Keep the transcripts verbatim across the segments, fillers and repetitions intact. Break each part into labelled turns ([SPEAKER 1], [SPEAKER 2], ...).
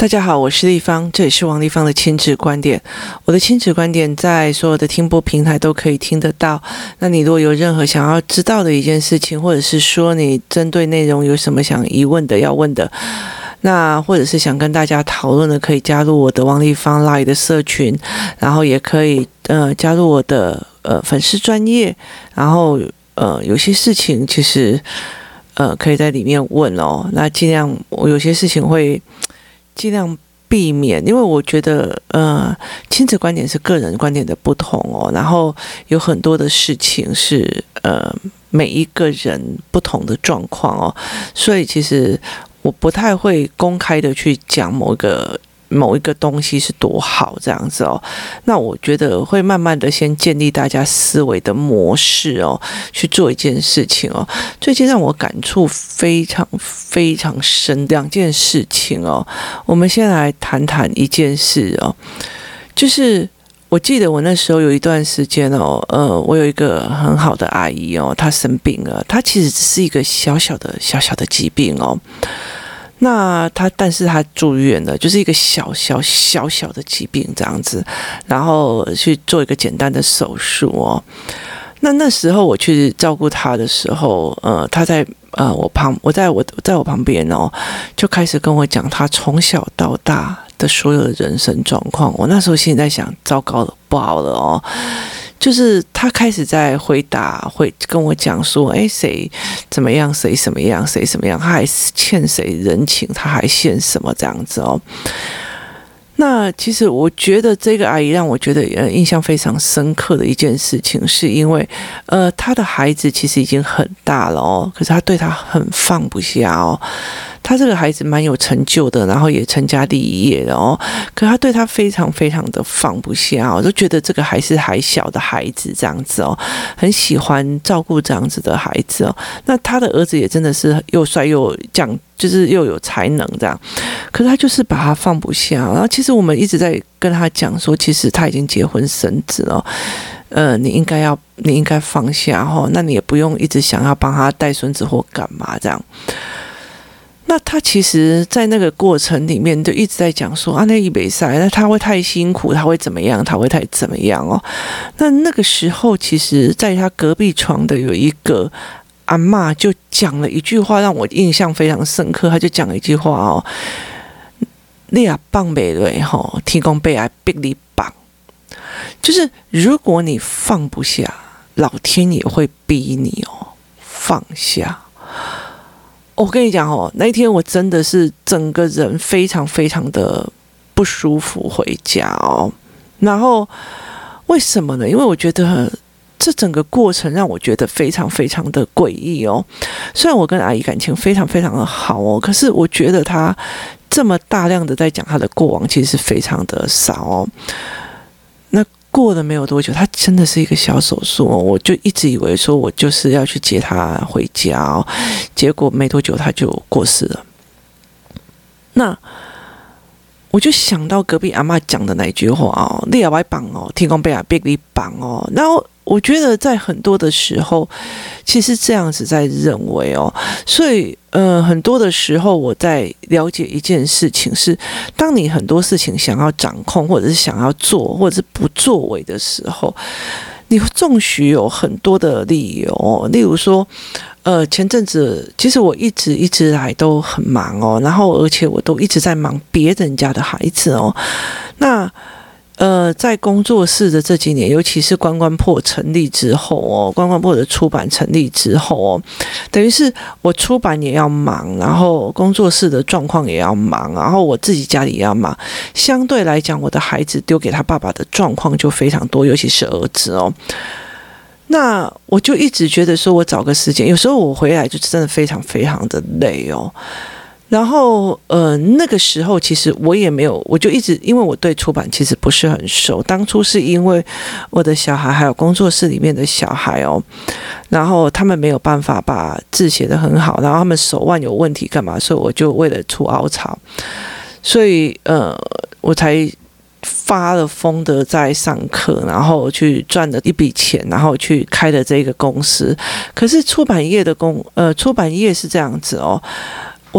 [SPEAKER 1] 大家好，我是立方，这里是王立方的亲子观点。我的亲子观点在所有的听播平台都可以听得到。那你如果有任何想要知道的一件事情，或者是说你针对内容有什么想疑问的、要问的，那或者是想跟大家讨论的，可以加入我的王立方 Line 的社群，然后也可以呃加入我的呃粉丝专页，然后呃有些事情其实呃可以在里面问哦。那尽量我有些事情会尽量避免，因为我觉得呃亲子观点是个人观点的不同哦，然后有很多的事情是呃每一个人不同的状况哦，所以其实我不太会公开的去讲某一个某一个东西是多好这样子哦。那我觉得会慢慢的先建立大家思维的模式哦，去做一件事情哦。最近让我感触非常非常深两件事情哦。我们先来谈谈一件事哦，就是我记得我那时候有一段时间哦，呃，我有一个很好的阿姨哦，她生病了，她其实只是一个小小的小小的疾病哦。那他，但是他住院了，就是一个小小小小的疾病这样子，然后去做一个简单的手术哦。那那时候我去照顾他的时候，呃，他在呃我旁，我在我在我旁边哦，就开始跟我讲他从小到大的所有的人生状况。我那时候心里在想，糟糕了，不好了哦。就是他开始在回答，会跟我讲说，哎，谁怎么样，谁什么样，谁什么样，他还欠谁人情，他还欠什么这样子哦。那其实我觉得这个阿姨让我觉得呃印象非常深刻的一件事情，是因为呃她的孩子其实已经很大了哦，可是她对他很放不下哦。他这个孩子蛮有成就的，然后也成家立业的哦，可他对他非常非常的放不下哦，就觉得这个还是还小的孩子这样子哦，很喜欢照顾这样子的孩子哦。那他的儿子也真的是又帅又讲，就是又有才能这样，可是他就是把他放不下。然后其实我们一直在跟他讲说，其实他已经结婚生子了。呃，你应该要，你应该放下哦，那你也不用一直想要帮他带孙子或干嘛这样。那他其实，在那个过程里面，就一直在讲说啊，那一北赛，那他会太辛苦，他会怎么样，他会太怎么样哦。那那个时候，其实在他隔壁床的有一个阿嬷，就讲了一句话，让我印象非常深刻。他就讲了一句话哦，你啊放不下吼，天公伯来逼你放，就是如果你放不下，老天也会逼你哦放下。我跟你讲哦，那一天我真的是整个人非常非常的不舒服回家哦。然后为什么呢？因为我觉得这整个过程让我觉得非常非常的诡异哦。虽然我跟阿姨感情非常非常的好哦，可是我觉得她这么大量的在讲她的过往，其实是非常的少哦。那过了没有多久，他真的是一个小手术哦，我就一直以为说我就是要去接他回家哦，结果没多久他就过世了。那我就想到隔壁阿嬷讲的那一句话哦，你也要绑哦，天公伯啊逼你绑哦。然后我觉得在很多的时候，其实这样子在认为哦，所以呃，很多的时候我在了解一件事情是，当你很多事情想要掌控，或者是想要做，或者是不作为的时候，你纵许有很多的理由，例如说。呃，前阵子其实我一直一直来都很忙哦，然后而且我都一直在忙别人家的孩子哦。那呃，在工作室的这几年，尤其是关关破成立之后哦，关关破的出版成立之后哦，等于是我出版也要忙，然后工作室的状况也要忙，然后我自己家里也要忙。相对来讲，我的孩子丢给他爸爸的状况就非常多，尤其是儿子哦。那我就一直觉得说，我找个时间，有时候我回来就真的非常非常的累哦。然后呃，那个时候其实我也没有，我就一直因为我对出版其实不是很熟，当初是因为我的小孩还有工作室里面的小孩哦，然后他们没有办法把字写得很好，然后他们手腕有问题干嘛，所以我就为了出凹槽，所以呃，我才。发了疯的在上课，然后去赚了一笔钱，然后去开了这个公司。可是出版业的公呃，出版业是这样子哦，我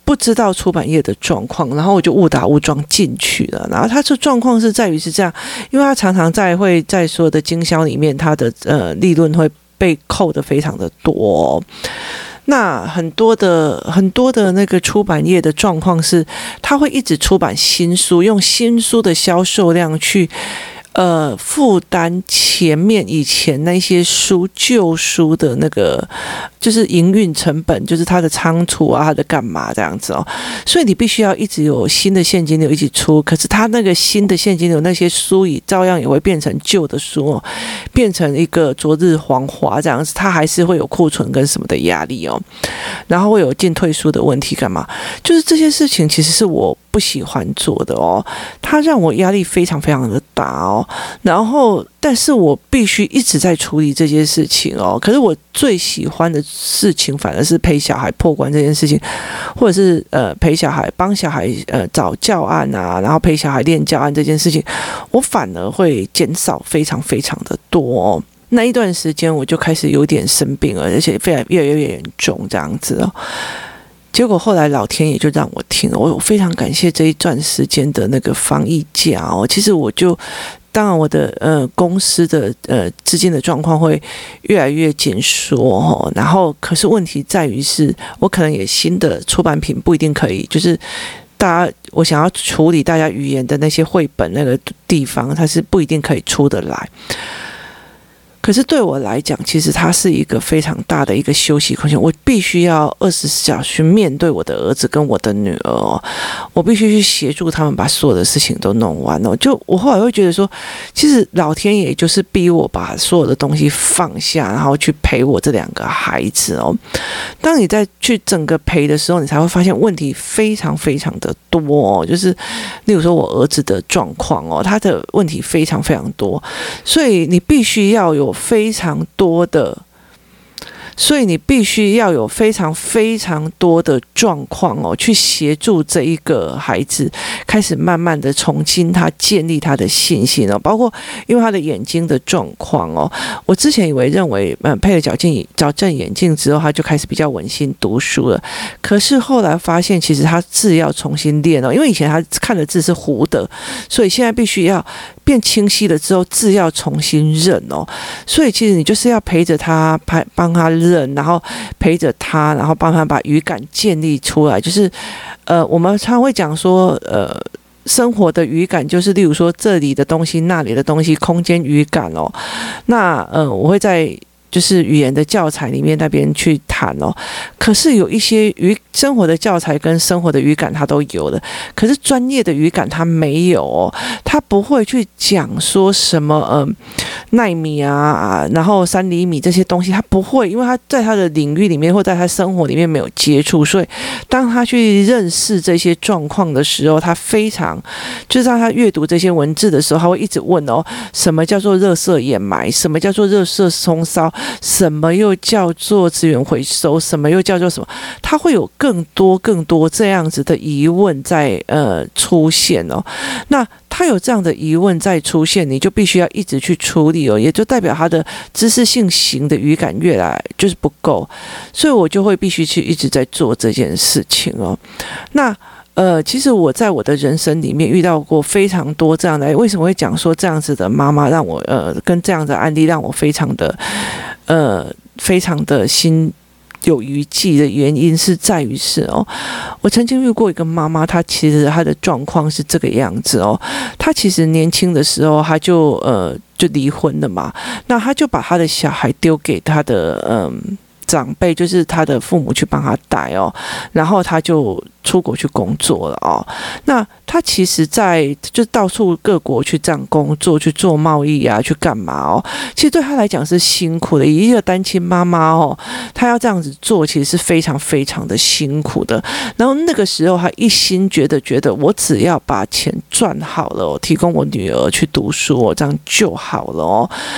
[SPEAKER 1] 不知道出版业的状况，然后我就误打误撞进去了。然后他这状况是在于是这样，因为他常常在会在所有的经销里面，他的呃利润会被扣得非常的多。那很多的很多的那个出版业的状况是，他会一直出版新书，用新书的销售量去呃负担前面以前那些书旧书的那个就是营运成本，就是它的仓储啊，它的干嘛这样子哦。所以你必须要一直有新的现金流一起出，可是它那个新的现金流那些书也照样也会变成旧的书哦，变成一个昨日黄花这样子，它还是会有库存跟什么的压力哦，然后会有进退书的问题干嘛，就是这些事情其实是我不喜欢做的哦，它让我压力非常非常的大哦，然后但是我必须一直在处理这件事情哦，可是我最喜欢的事情反而是陪小孩破关这件事情，或者是呃陪小孩帮小孩呃找教案啊，然后陪小孩练教案这件事情，我反而会减少非常非常的多哦。那一段时间我就开始有点生病了，而且非常越来越严重这样子哦。结果后来老天爷就让我听了，我非常感谢这一段时间的那个防疫假哦。其实我就当然我的呃公司的呃资金的状况会越来越紧缩哦，然后可是问题在于是我可能也新的出版品不一定可以，就是大家我想要处理大家语言的那些绘本那个地方，它是不一定可以出得来。可是对我来讲，其实它是一个非常大的一个休息空间。我必须要二十四小时面对我的儿子跟我的女儿哦，我必须去协助他们把所有的事情都弄完哦。就我后来会觉得说，其实老天爷就是逼我把所有的东西放下，然后去陪我这两个孩子哦。当你在去整个陪的时候，你才会发现问题非常非常的多哦。就是例如说我儿子的状况哦，他的问题非常非常多，所以你必须要有非常多的，所以你必须要有非常非常多的状况哦，去协助这一个孩子开始慢慢的重新他建立他的信心哦，包括因为他的眼睛的状况哦，我之前以为认为嗯配了矫正矫正眼镜之后他就开始比较稳心读书了，可是后来发现其实他字要重新练哦，因为以前他看的字是糊的，所以现在必须要变清晰了之后字要重新认哦，所以其实你就是要陪着他拍帮他认，然后陪着他，然后帮他把语感建立出来，就是呃我们常会讲说呃生活的语感就是例如说这里的东西那里的东西空间语感哦，那呃我会在就是语言的教材里面那边去谈哦，可是有一些语生活的教材跟生活的语感它都有的，可是专业的语感它没有哦，它不会去讲说什么呃奈米啊啊，然后三厘米这些东西，它不会，因为它在它的领域里面或在他生活里面没有接触，所以当他去认识这些状况的时候，他非常就是当他阅读这些文字的时候，他会一直问哦，什么叫做热色掩埋，什么叫做热色冲烧，什么又叫做资源回收，什么又叫做什么，他会有更多更多这样子的疑问在呃出现哦。那他有这样的疑问在出现，你就必须要一直去处理哦，也就代表他的知识性型的语感越来就是不够，所以我就会必须去一直在做这件事情哦。那呃，其实我在我的人生里面遇到过非常多这样的，为什么会讲说这样子的妈妈让我呃跟这样的案例让我非常的呃非常的心有余悸的原因是在于是哦，我曾经遇过一个妈妈，她其实她的状况是这个样子哦，她其实年轻的时候她就呃就离婚了嘛，那她就把她的小孩丢给她的嗯。呃长辈就是他的父母去帮他带哦，然后他就出国去工作了哦。那他其实在就到处各国去这样工作，去做贸易啊，去干嘛哦？其实对他来讲是辛苦的，以一个单亲妈妈哦，他要这样子做，其实是非常非常的辛苦的。然后那个时候，他一心觉得觉得我只要把钱赚好了哦，提供我女儿去读书哦，这样就好了哦。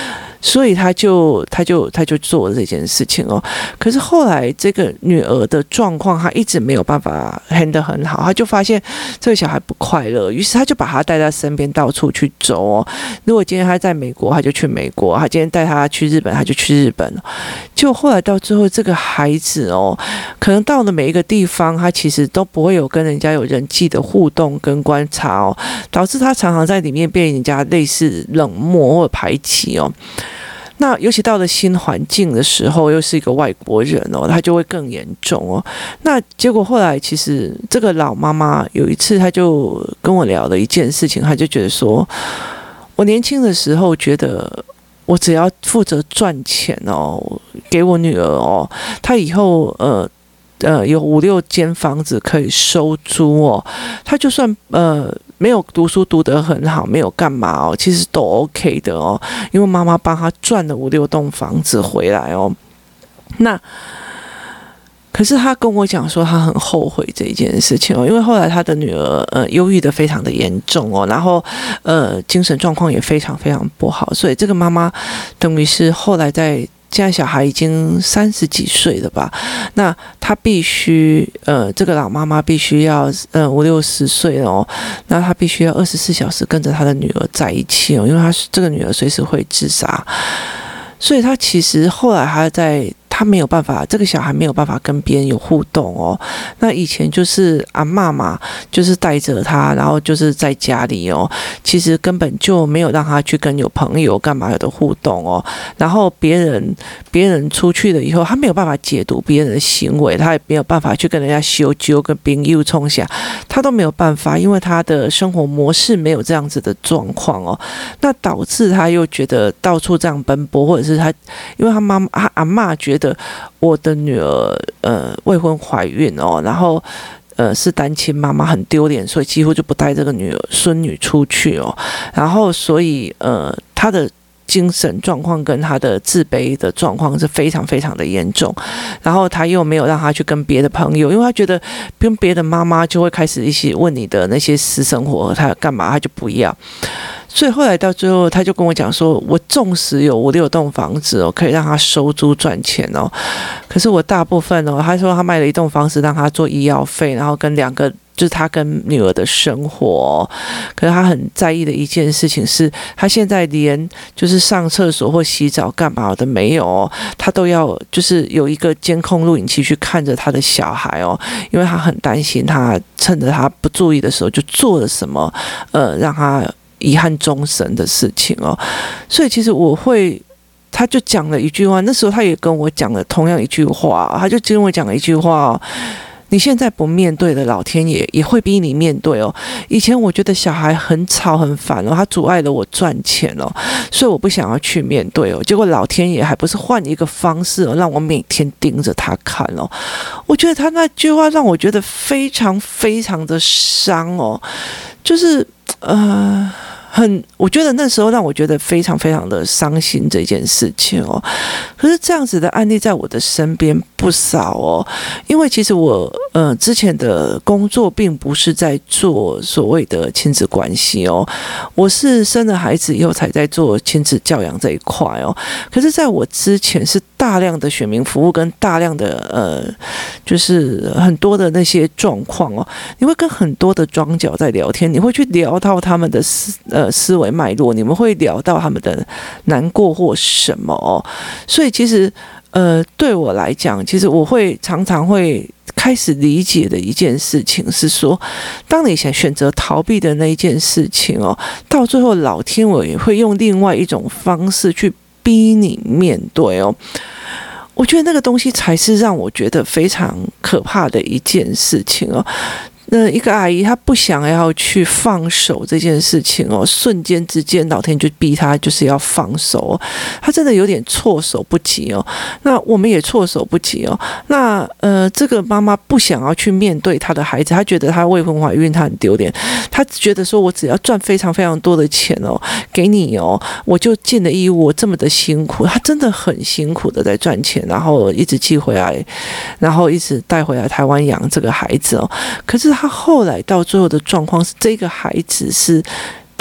[SPEAKER 1] 所以他就他就他就做了这件事情哦。可是后来这个女儿的状况，他一直没有办法 handle 很好，他就发现这个小孩不快乐，于是他就把他带在身边到处去走哦。如果今天他在美国，他就去美国；他今天带他去日本，他就去日本。就后来到最后，这个孩子哦，可能到了每一个地方，他其实都不会有跟人家有人际的互动跟观察哦，导致他常常在里面被人家类似冷漠或排挤哦。那尤其到了新环境的时候，又是一个外国人哦，他就会更严重哦。那结果后来，其实这个老妈妈有一次，她就跟我聊了一件事情，她就觉得说，我年轻的时候觉得，我只要负责赚钱哦，给我女儿哦，她以后呃。呃，有五六间房子可以收租哦，他就算呃没有读书读得很好，没有干嘛哦，其实都 OK 的哦，因为妈妈帮他赚了五六栋房子回来哦。那可是他跟我讲说，他很后悔这一件事情哦，因为后来他的女儿呃忧郁的非常的严重哦，然后呃精神状况也非常非常不好，所以这个妈妈等于是后来在。现在小孩已经三十几岁了吧？那他必须，呃，这个老妈妈必须要，呃，五六十岁了哦。那他必须要二十四小时跟着他的女儿在一起哦，因为他这个女儿随时会自杀，所以他其实后来他在。他没有办法，这个小孩没有办法跟别人有互动哦。那以前就是阿嬷嘛，就是带着他，然后就是在家里哦，其实根本就没有让他去跟有朋友干嘛有的互动哦。然后别人别人出去了以后，他没有办法解读别人的行为，他也没有办法去跟人家修纠、跟朋友冲下，他都没有办法，因为他的生活模式没有这样子的状况哦。那导致他又觉得到处这样奔波，或者是他，因为他妈妈、他阿嬷觉得。我的女儿呃未婚怀孕哦，然后呃是单亲妈妈很丢脸，所以几乎就不带这个女儿孙女出去哦，然后所以呃她的精神状况跟她的自卑的状况是非常非常的严重，然后她又没有让她去跟别的朋友，因为她觉得跟别的妈妈就会开始一起问你的那些私生活，她干嘛她就不要。所以后来到最后，他就跟我讲说，我纵使有五六栋房子哦，可以让他收租赚钱哦，可是我大部分哦，他说他卖了一栋房子让他做医药费，然后跟两个就是他跟女儿的生活哦，可是他很在意的一件事情是，他现在连就是上厕所或洗澡干嘛的没有哦，他都要就是有一个监控录影器去看着他的小孩哦，因为他很担心他趁着他不注意的时候就做了什么，呃，让他。遗憾终身的事情哦，所以其实我会，他就讲了一句话，那时候他也跟我讲了同样一句话，他就跟我讲了一句话哦，你现在不面对的，老天爷也会逼你面对哦。以前我觉得小孩很吵很烦哦，他阻碍了我赚钱哦，所以我不想要去面对哦。结果老天爷还不是换一个方式哦，让我每天盯着他看哦。我觉得他那句话让我觉得非常非常的伤哦，就是呃。很，我觉得那时候让我觉得非常非常的伤心这件事情哦。可是这样子的案例在我的身边不少哦，因为其实我呃之前的工作并不是在做所谓的亲子关系哦，我是生了孩子以后才在做亲子教养这一块哦。可是在我之前是大量的选民服务跟大量的呃，就是很多的那些状况哦，你会跟很多的庄脚在聊天，你会去聊到他们的思呃思维脉络，你们会聊到他们的难过或什么哦，所以其实呃对我来讲，其实我会常常会开始理解的一件事情是说，当你想选择逃避的那一件事情哦，到最后老天爷也会用另外一种方式去逼你面对哦。我觉得那个东西才是让我觉得非常可怕的一件事情哦。那一个阿姨她不想要去放手这件事情哦，瞬间之间老天就逼她就是要放手哦，她真的有点措手不及哦。那我们也措手不及哦。那呃，这个妈妈不想要去面对她的孩子，她觉得她未婚怀孕，她很丢脸，她觉得说我只要赚非常非常多的钱哦，给你哦，我就尽了义务，我这么的辛苦，她真的很辛苦的在赚钱，然后一直寄回来，然后一直带回来台湾养这个孩子哦。可是他后来到最后的状况是，这个孩子是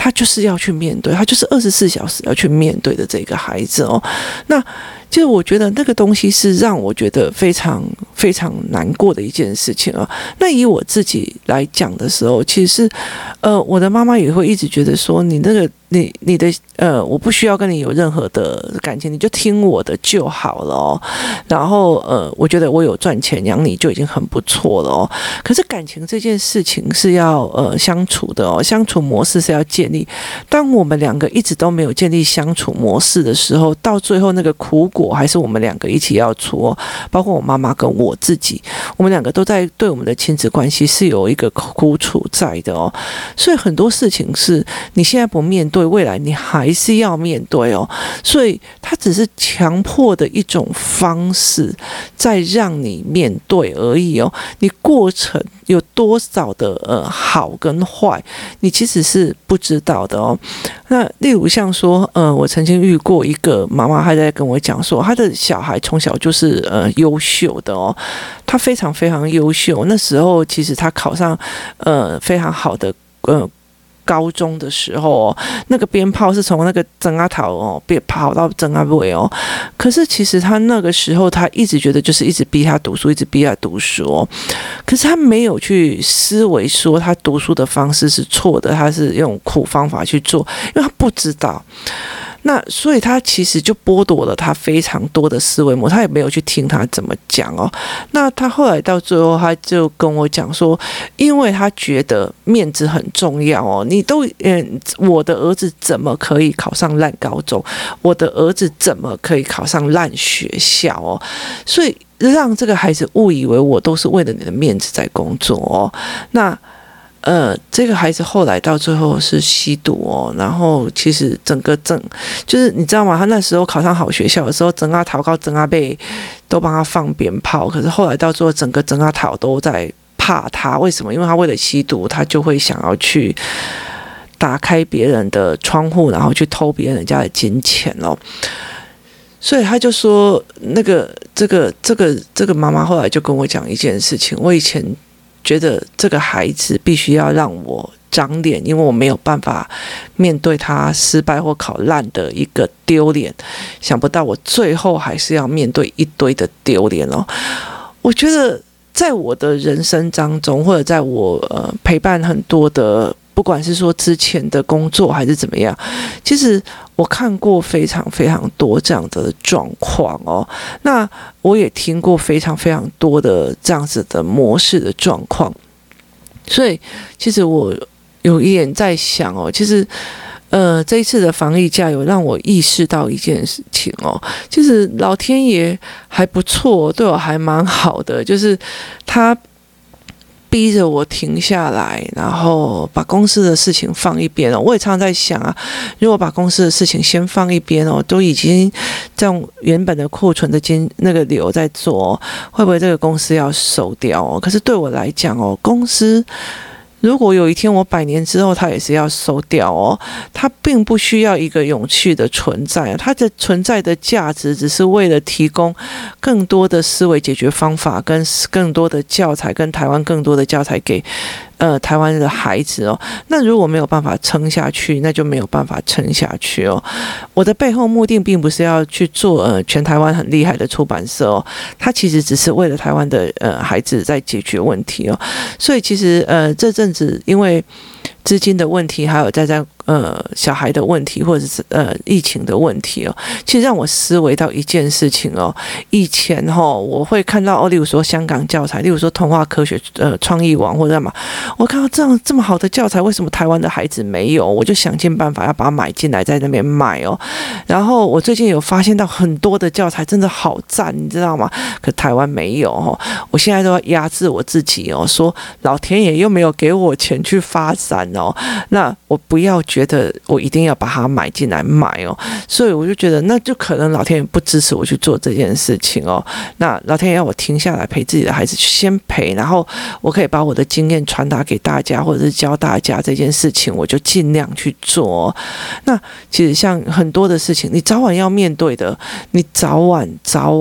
[SPEAKER 1] 他就是要去面对，他就是二十四小时要去面对的这个孩子哦。那就是我觉得那个东西是让我觉得非常非常难过的一件事情啊。那以我自己来讲的时候，其实呃，我的妈妈也会一直觉得说，你那个你你的呃，我不需要跟你有任何的感情，你就听我的就好了哦。然后呃，我觉得我有赚钱养你就已经很不错了哦。可是感情这件事情是要呃相处的哦，相处模式是要建立。当我们两个一直都没有建立相处模式的时候，到最后那个苦果还是我们两个一起要出哦。包括我妈妈跟我自己，我们两个都在对我们的亲子关系是有一个苦楚在的哦。所以很多事情是你现在不面对，未来你还是要面对哦。所以它只是强迫的一种方式，在让你面对而已哦。你过程有多少的呃好跟坏，你其实是不知道的哦。那例如像说，呃，我曾经遇过一个妈妈，她在跟我讲说，她的小孩从小就是呃优秀的哦，他非常非常优秀。那时候其实他考上呃非常好的呃。高中的时候哦，那个鞭炮是从那个曾阿桃哦，别跑到曾阿伟哦。可是其实他那个时候，他一直觉得就是一直逼他读书，一直逼他读书哦。可是他没有去思维说他读书的方式是错的，他是用苦方法去做，因为他不知道。那所以他其实就剥夺了他非常多的思维模式，他也没有去听他怎么讲哦。那他后来到最后，他就跟我讲说，因为他觉得面子很重要哦。你都嗯，我的儿子怎么可以考上烂高中？我的儿子怎么可以考上烂学校哦？所以让这个孩子误以为我都是为了你的面子在工作哦。那。呃，这个孩子后来到最后是吸毒哦，然后其实整个整就是你知道吗？他那时候考上好学校的时候，整阿桃高整阿贝都帮他放鞭炮，可是后来到最后整个整阿桃都在怕他，为什么？因为他为了吸毒，他就会想要去打开别人的窗户，然后去偷别人家的金钱哦。所以他就说，那个这个这个这个妈妈后来就跟我讲一件事情，我以前。觉得这个孩子必须要让我长脸，因为我没有办法面对他失败或考烂的一个丢脸。想不到我最后还是要面对一堆的丢脸哦。我觉得在我的人生当中，或者在我呃陪伴很多的。不管是说之前的工作还是怎么样，其实我看过非常非常多这样的状况哦。那我也听过非常非常多的这样子的模式的状况，所以其实我有一点在想哦，其实呃这一次的防疫假有让我意识到一件事情哦，其实老天爷还不错，对我还蛮好的，就是他。逼着我停下来，然后把公司的事情放一边哦。我也常常在想啊，如果把公司的事情先放一边哦，都已经这样原本的库存的金那个流在做，会不会这个公司要收掉哦？可是对我来讲哦，公司。如果有一天我百年之后，它也是要收掉哦。它并不需要一个永续的存在，它的存在的价值只是为了提供更多的思维解决方法，跟更多的教材，跟台湾更多的教材给呃台湾的孩子哦。那如果没有办法撑下去，那就没有办法撑下去哦。我的背后目的并不是要去做呃全台湾很厉害的出版社哦，它其实只是为了台湾的呃孩子在解决问题哦。所以其实呃这阵子因为资金的问题，还有在在呃小孩的问题，或者是呃疫情的问题哦，其实让我思维到一件事情哦。以前哦，我会看到哦，例如说香港教材，例如说童话科学呃创意网或者干嘛，我看到这样这么好的教材，为什么台湾的孩子没有？我就想尽办法要把它买进来，在那边卖哦。然后我最近有发现到很多的教材真的好赞，你知道吗？可台湾没有哦。我现在都要压制我自己哦，说老天爷又没有给我钱去发展哦，那我不要觉得我一定要把它买进来买哦，所以我就觉得那就可能老天爷不支持我去做这件事情哦。那老天爷要我停下来陪自己的孩子先陪，然后我可以把我的经验传达给大家，或者是教大家这件事情，我就尽量去做哦。那其实像很多的事情，你早晚要面对的，你早晚早晚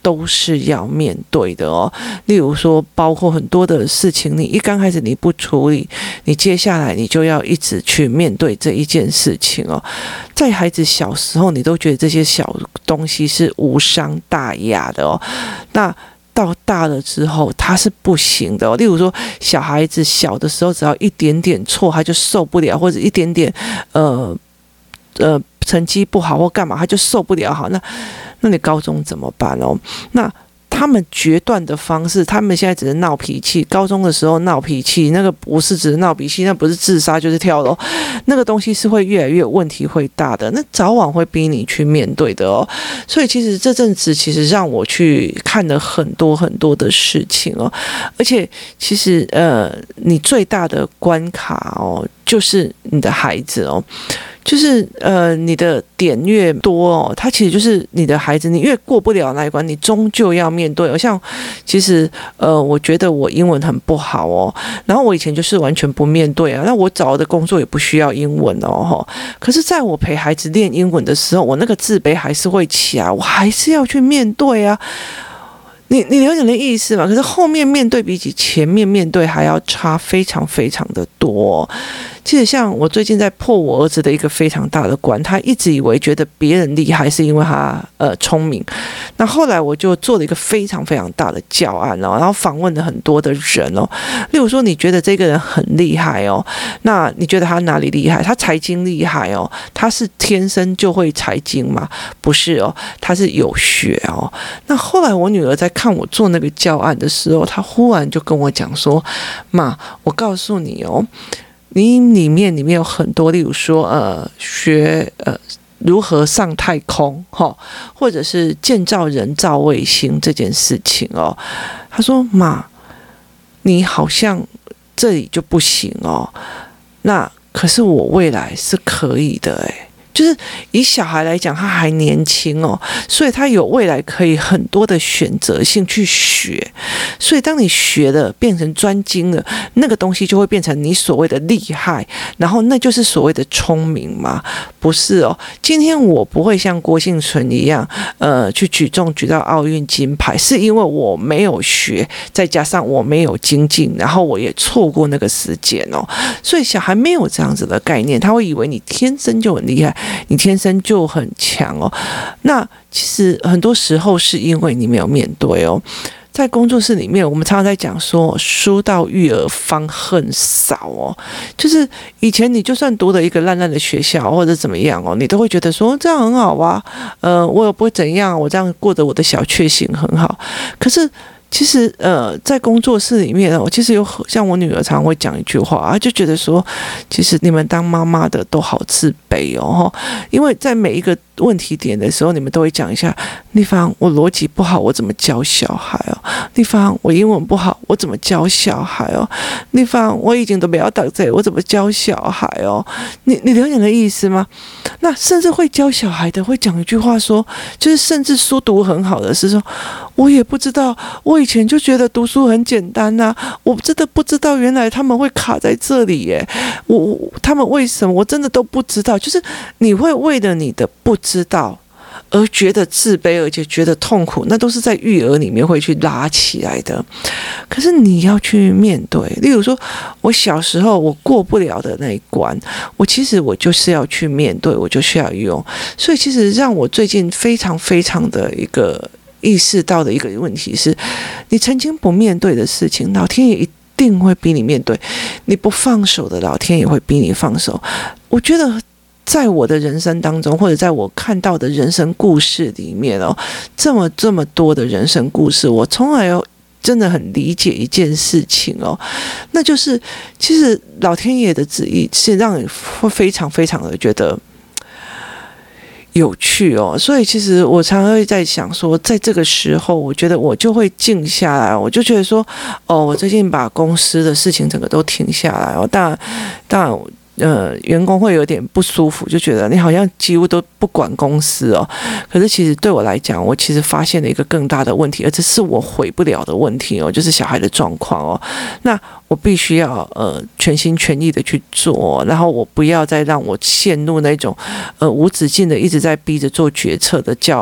[SPEAKER 1] 都是要面对的哦。例如说，包括很多的事情，你一刚开始你不处理，你接下来你就要一直去面对这一件事情哦。在孩子小时候，你都觉得这些小东西是无伤大雅的哦，那到大了之后，他是不行的哦。例如说，小孩子小的时候，只要一点点错，他就受不了，或者一点点呃呃成绩不好或干嘛，他就受不了。好，那那你高中怎么办哦？那他们决断的方式，他们现在只是闹脾气，高中的时候闹脾气，那个不是只是闹脾气，那不是自杀就是跳楼，那个东西是会越来越问题会大的，那早晚会逼你去面对的哦。所以其实这阵子其实让我去看了很多很多的事情哦，而且其实呃，你最大的关卡哦，就是你的孩子哦。就是呃，你的点越多哦，他其实就是你的孩子，你越过不了那一关，你终究要面对。像其实呃，我觉得我英文很不好哦，然后我以前就是完全不面对啊，那我找的工作也不需要英文哦，可是在我陪孩子练英文的时候，我那个自卑还是会起来，我还是要去面对啊。你你了解的意思吗？可是后面面对比起前面面对还要差非常非常的多哦。其实像我最近在破我儿子的一个非常大的关，他一直以为觉得别人厉害是因为他呃聪明，那后来我就做了一个非常非常大的教案哦，然后访问了很多的人哦，例如说你觉得这个人很厉害哦，那你觉得他哪里厉害？他财经厉害哦，他是天生就会财经吗？不是哦，他是有学哦。那后来我女儿在看我做那个教案的时候，她忽然就跟我讲说：“妈，我告诉你哦。”你里面里面有很多，例如说，呃，学呃如何上太空，哈，或者是建造人造卫星这件事情哦。他说：“妈，你好像这里就不行哦，那可是我未来是可以的，诶。”就是以小孩来讲，他还年轻哦，所以他有未来可以很多的选择性去学。所以当你学了变成专精了，那个东西就会变成你所谓的厉害，然后那就是所谓的聪明嘛？不是哦。今天我不会像郭婞淳一样，呃，去举重举到奥运金牌，是因为我没有学，再加上我没有精进，然后我也错过那个时间哦。所以小孩没有这样子的概念，他会以为你天生就很厉害。你天生就很强哦，那其实很多时候是因为你没有面对哦。在工作室里面，我们常常在讲说，书到育儿方恨少哦，就是以前你就算读了一个烂烂的学校或者怎么样哦，你都会觉得说这样很好啊，呃，我又不会怎样，我这样过着我的小确幸很好。可是其实呃，在工作室里面哦，其实有像我女儿常常会讲一句话，她就觉得说，其实你们当妈妈的都好自卑哦，因为在每一个问题点的时候，你们都会讲一下，丽芳，我逻辑不好，我怎么教小孩哦？丽芳，我英文不好，我怎么教小孩哦？丽芳，我已经都不要打这，我怎么教小孩哦？你你了解的意思吗？那甚至会教小孩的会讲一句话说，就是甚至书读很好的是说，我也不知道，我以前就觉得读书很简单呐、啊，我真的不知道原来他们会卡在这里耶，我他们为什么我真的都不知道，就是你会为了你的不知道而觉得自卑，而且觉得痛苦，那都是在育儿里面会去拉起来的。可是你要去面对，例如说我小时候我过不了的那一关，我其实我就是要去面对，我就需要用。所以其实让我最近非常非常的一个意识到的一个问题是，你曾经不面对的事情，老天爷一定会逼你面对，你不放手的，老天也会逼你放手。我觉得在我的人生当中，或者在我看到的人生故事里面哦，这么这么多的人生故事，我从来有真的很理解一件事情哦，那就是其实老天爷的旨意是让你会非常非常的觉得有趣哦，所以其实我常常会在想说，在这个时候，我觉得我就会静下来，我就觉得说，哦，我最近把公司的事情整个都停下来哦，当然，当然。呃，员工会有点不舒服，就觉得你好像几乎都不管公司哦。可是其实对我来讲，我其实发现了一个更大的问题，而这是我毁不了的问题哦，就是小孩的状况哦。那我必须要呃全心全意的去做，然后我不要再让我陷入那种呃无止境的一直在逼着做决策的叫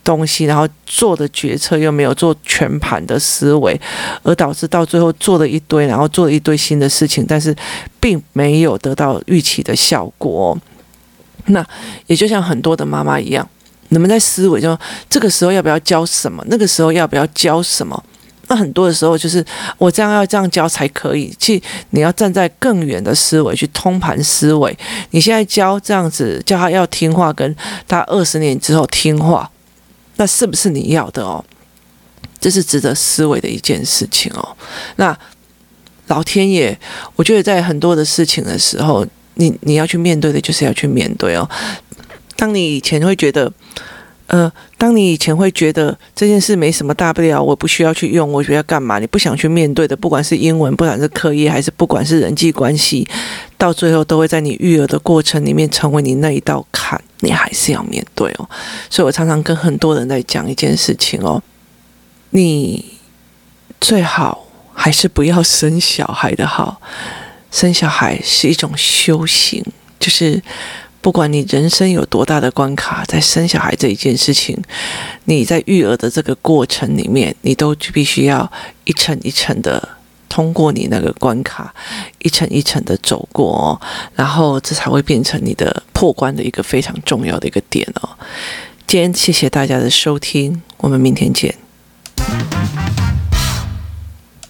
[SPEAKER 1] 东西，然后做的决策又没有做全盘的思维，而导致到最后做了一堆，然后做了一堆新的事情，但是并没有得到预期的效果。那也就像很多的妈妈一样，你们在思维就这个时候要不要教什么，那个时候要不要教什么，那很多的时候就是我这样要这样教才可以，其实你要站在更远的思维去通盘思维，你现在教这样子叫他要听话，跟他二十年之后听话，那是不是你要的哦？这是值得思维的一件事情哦。那老天爷，我觉得在很多的事情的时候，你你要去面对的，就是要去面对哦。当你以前会觉得，呃，当你以前会觉得这件事没什么大不了，我不需要去用，我觉得要干嘛？你不想去面对的，不管是英文，不管是课业，还是不管是人际关系，到最后都会在你育儿的过程里面成为你那一道坎，你还是要面对哦。所以我常常跟很多人在讲一件事情哦，你最好还是不要生小孩的好。生小孩是一种修行，就是不管你人生有多大的关卡，在生小孩这一件事情，你在育儿的这个过程里面，你都必须要一层一层的通过你那个关卡，一层一层的走过哦，然后这才会变成你的破关的一个非常重要的一个点哦。今天谢谢大家的收听，我们明天见。